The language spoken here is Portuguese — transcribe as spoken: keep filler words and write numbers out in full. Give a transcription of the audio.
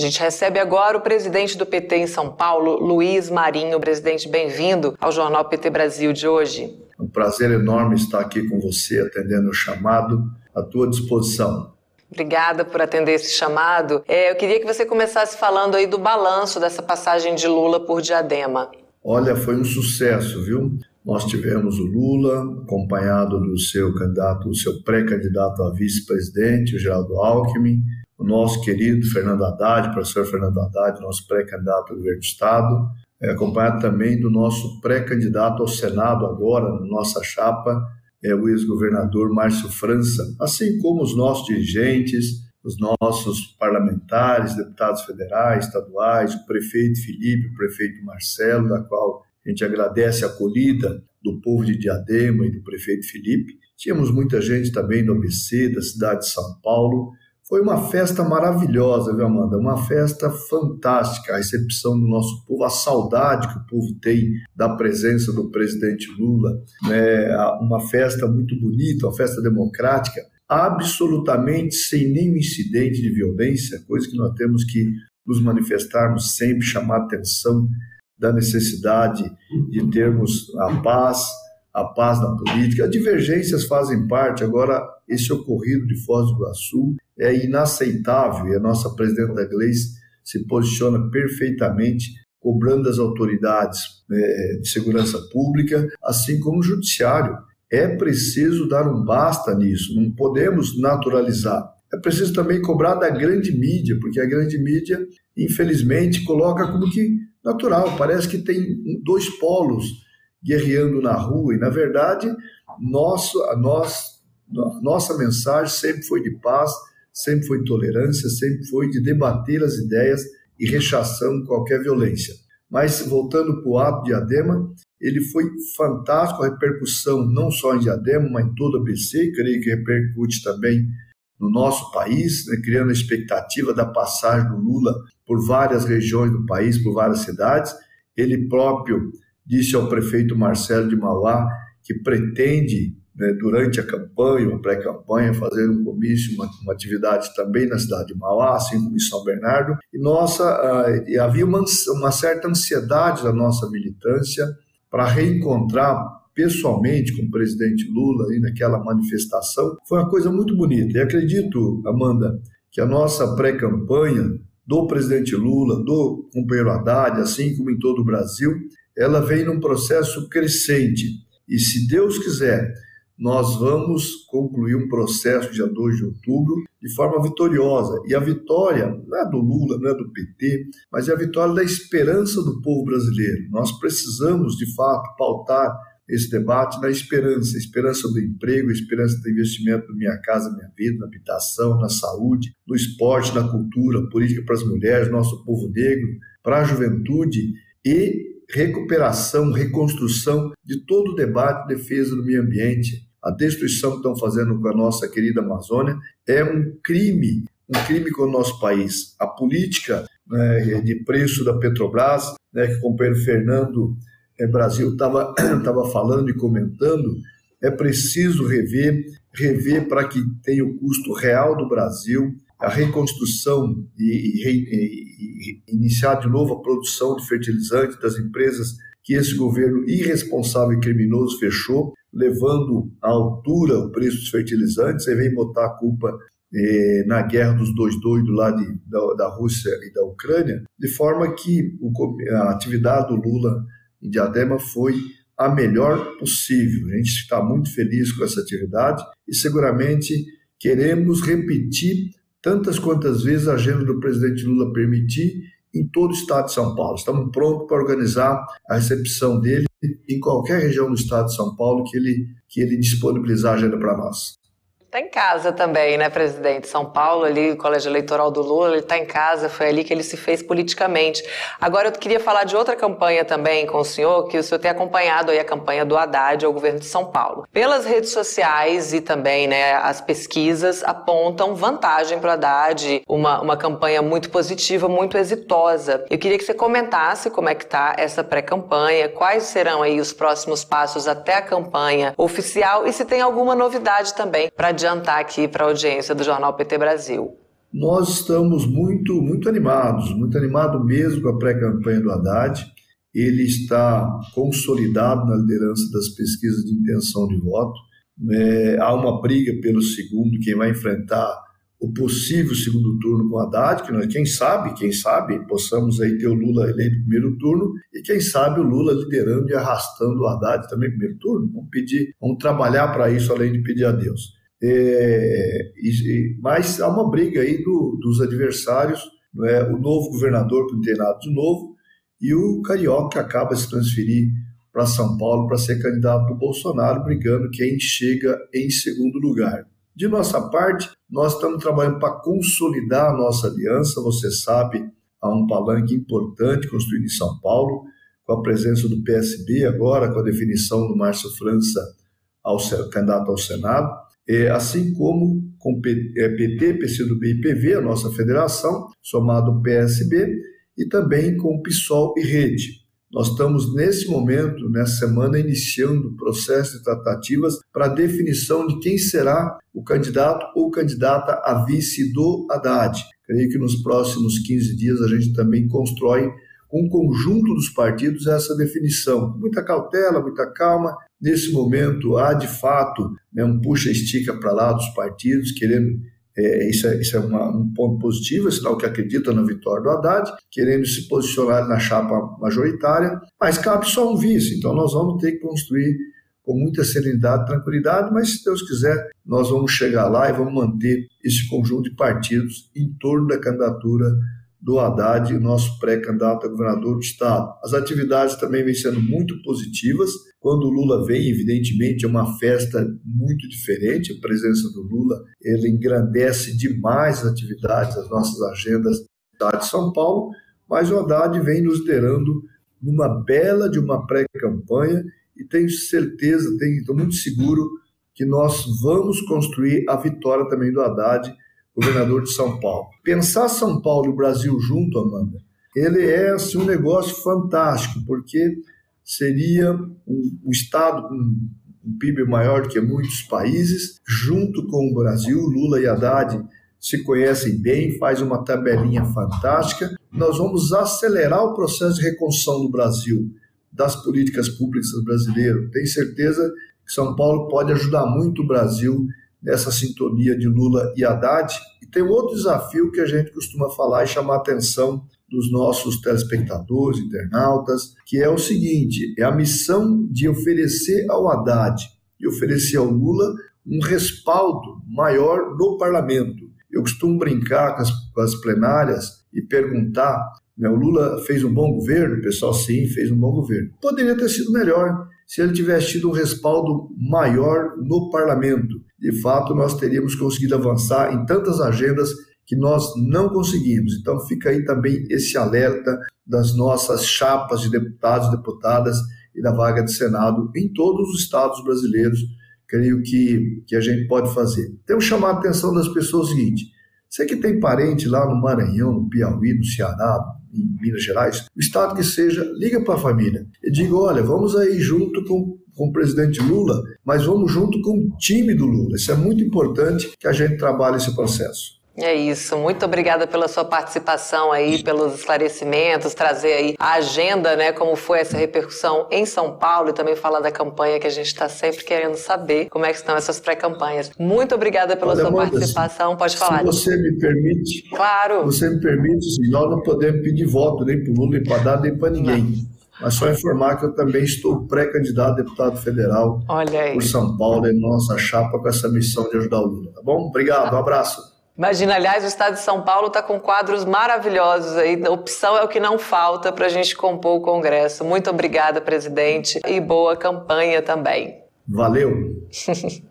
gente recebe agora o presidente do P T em São Paulo, Luiz Marinho. Presidente, bem-vindo ao Jornal P T Brasil de hoje. É um prazer enorme estar aqui com você, atendendo o chamado, à tua disposição. Obrigada por atender esse chamado. É, eu queria que você começasse falando aí do balanço dessa passagem de Lula por Diadema. Olha, foi um sucesso, viu? Nós tivemos o Lula, acompanhado do seu candidato, o seu pré-candidato a vice-presidente, o Geraldo Alckmin, o nosso querido Fernando Haddad, professor Fernando Haddad, nosso pré-candidato ao governo do Estado, é, acompanhado também do nosso pré-candidato ao Senado agora, na nossa chapa, é, o ex-governador Márcio França, assim como os nossos dirigentes, os nossos parlamentares, deputados federais, estaduais, o prefeito Felipe, o prefeito Marcelo, da qual a gente agradece a acolhida do povo de Diadema e do prefeito Felipe. Tínhamos muita gente também do A B C, da cidade de São Paulo. Foi uma festa maravilhosa, viu, Amanda? Uma festa fantástica, a recepção do nosso povo, a saudade que o povo tem da presença do presidente Lula, né? Uma festa muito bonita, uma festa democrática, absolutamente sem nenhum incidente de violência, coisa que nós temos que nos manifestarmos sempre, chamar a atenção da necessidade de termos a paz, a paz na política. As divergências fazem parte. Agora, esse ocorrido de Foz do Iguaçu é inaceitável e a nossa presidenta da Gleice se posiciona perfeitamente, cobrando das autoridades é, de segurança pública, assim como o judiciário. É preciso dar um basta nisso, não podemos naturalizar. É preciso também cobrar da grande mídia, porque a grande mídia, infelizmente, coloca como que natural, parece que tem dois polos guerreando na rua, e na verdade nosso, a, nós, a nossa mensagem sempre foi de paz, sempre foi de tolerância, sempre foi de debater as ideias e rechaçando qualquer violência. Mas voltando para o ato de Diadema, ele foi fantástico, a repercussão não só em Diadema, mas em todo o A B C, creio que repercute também no nosso país, né, criando a expectativa da passagem do Lula por várias regiões do país, por várias cidades. Ele próprio disse ao prefeito Marcelo de Mauá que pretende, né, durante a campanha, ou pré-campanha, fazer um comício, uma, uma atividade também na cidade de Mauá, assim como em São Bernardo. E nossa, uh, havia uma, uma certa ansiedade da nossa militância para reencontrar pessoalmente com o presidente Lula aí naquela manifestação. Foi uma coisa muito bonita. E acredito, Amanda, que a nossa pré-campanha do presidente Lula, do companheiro Haddad, assim como em todo o Brasil, ela vem num processo crescente. E se Deus quiser, nós vamos concluir um processo dia dois de outubro de forma vitoriosa. E a vitória não é do Lula, não é do P T, mas é a vitória da esperança do povo brasileiro. Nós precisamos, de fato, pautar esse debate na esperança, a esperança do emprego, a esperança do investimento no Minha Casa Minha Vida, na habitação, na saúde, no esporte, na cultura, política para as mulheres, nosso povo negro, para a juventude e recuperação, reconstrução de todo o debate de defesa do meio ambiente. A destruição que estão fazendo com a nossa querida Amazônia é um crime, um crime com o nosso país. A política, né, de preço da Petrobras, né, que o companheiro Fernando é, Brasil estava estava falando e comentando, é preciso rever, rever para que tenha o custo real do Brasil, a reconstrução e, e, e, e iniciar de novo a produção de fertilizantes das empresas que esse governo irresponsável e criminoso fechou, levando à altura o preço dos fertilizantes, e vem botar a culpa eh, na guerra dos dois doidos lá de, da, da Rússia e da Ucrânia, de forma que o, a atividade do Lula em Diadema foi a melhor possível. A gente está muito feliz com essa atividade e seguramente queremos repetir tantas quantas vezes a agenda do presidente Lula permitir em todo o estado de São Paulo. Estamos prontos para organizar a recepção dele em qualquer região do estado de São Paulo que ele, que ele disponibilizar a agenda para nós. Está em casa também, né, presidente? São Paulo, ali, o colégio eleitoral do Lula, ele está em casa, foi ali que ele se fez politicamente. Agora, eu queria falar de outra campanha também com o senhor, que o senhor tem acompanhado aí a campanha do Haddad ao governo de São Paulo. Pelas redes sociais e também, né, as pesquisas apontam vantagem para o Haddad, uma, uma campanha muito positiva, muito exitosa. Eu queria que você comentasse como é que está essa pré-campanha, quais serão aí os próximos passos até a campanha oficial e se tem alguma novidade também para adiantar aqui para a audiência do Jornal P T Brasil. Nós estamos muito, muito animados, muito animados mesmo com a pré-campanha do Haddad. Ele está consolidado na liderança das pesquisas de intenção de voto. É, há uma briga pelo segundo, quem vai enfrentar o possível segundo turno com o Haddad, que nós, quem sabe, quem sabe, possamos aí ter o Lula eleito no primeiro turno e quem sabe o Lula liderando e arrastando o Haddad também no primeiro turno. Vamos pedir, vamos trabalhar para isso além de pedir a Deus. É, e, mas há uma briga aí do, dos adversários, não é? O novo governador que não tem nada de novo e o carioca que acaba de se transferir para São Paulo para ser candidato do Bolsonaro, brigando quem chega em segundo lugar. De nossa parte, nós estamos trabalhando para consolidar a nossa aliança. Você sabe, há um palanque importante construído em São Paulo, com a presença do P S B agora, com a definição do Márcio França ao candidato ao Senado, é, assim como com P T, P C do B e P V, a nossa federação, somado ao P S B, e também com o PSOL e Rede. Nós estamos, nesse momento, nessa semana, iniciando o processo de tratativas para a definição de quem será o candidato ou candidata a vice do Haddad. Creio que nos próximos quinze dias a gente também constrói com um conjunto dos partidos essa definição. Muita cautela, muita calma. Nesse momento, há, de fato, né, um puxa-estica para lá dos partidos, querendo... É, isso é, isso é uma, um ponto positivo, é sinal que acredita na vitória do Haddad, querendo se posicionar na chapa majoritária, mas cabe só um vice, então nós vamos ter que construir com muita serenidade e tranquilidade, mas se Deus quiser, nós vamos chegar lá e vamos manter esse conjunto de partidos em torno da candidatura do Haddad, nosso pré-candidato a governador do estado. As atividades também vêm sendo muito positivas. Quando o Lula vem, evidentemente, é uma festa muito diferente. A presença do Lula, ele engrandece demais as atividades, as nossas agendas da cidade de São Paulo, mas o Haddad vem nos liderando numa bela de uma pré-campanha e tenho certeza, tenho, estou muito seguro que nós vamos construir a vitória também do Haddad, governador de São Paulo. Pensar São Paulo e o Brasil junto, Amanda, ele é assim, um negócio fantástico, porque seria um, um estado com um P I B maior do que muitos países, junto com o Brasil. Lula e Haddad se conhecem bem, faz uma tabelinha fantástica. Nós vamos acelerar o processo de reconstrução do Brasil, das políticas públicas brasileiras. Tenho certeza que São Paulo pode ajudar muito o Brasil nessa sintonia de Lula e Haddad. E tem outro desafio que a gente costuma falar e chamar a atenção dos nossos telespectadores, internautas, que é o seguinte, é a missão de oferecer ao Haddad e oferecer ao Lula um respaldo maior no parlamento. Eu costumo brincar com as, com as plenárias e perguntar, né, o Lula fez um bom governo? O pessoal, sim, fez um bom governo. Poderia ter sido melhor se ele tivesse tido um respaldo maior no parlamento. De fato, nós teríamos conseguido avançar em tantas agendas que nós não conseguimos. Então, fica aí também esse alerta das nossas chapas de deputados e deputadas e da vaga de Senado em todos os estados brasileiros, creio que, que a gente pode fazer. Temos que chamar a atenção das pessoas o seguinte, você que tem parente lá no Maranhão, no Piauí, no Ceará, em Minas Gerais, o estado que seja, liga para a família e diga, olha, vamos aí junto com, com o presidente Lula, mas vamos junto com o time do Lula. Isso é muito importante que a gente trabalhe esse processo. É isso, muito obrigada pela sua participação aí, pelos esclarecimentos, trazer aí a agenda, né, como foi essa repercussão em São Paulo e também falar da campanha que a gente está sempre querendo saber como é que estão essas pré-campanhas. Muito obrigada pela Olha, sua Amanda, participação, pode falar. Se você me permite, claro. você me permite, nós não podemos pedir voto nem para o Lula, nem para dar, nem para ninguém. Não. Mas só informar que eu também estou pré-candidato a deputado federal por São Paulo em nossa chapa com essa missão de ajudar o Lula, tá bom? Obrigado, um abraço. Imagina, aliás, o estado de São Paulo está com quadros maravilhosos aí. A opção é o que não falta para a gente compor o Congresso. Muito obrigada, presidente, e boa campanha também. Valeu!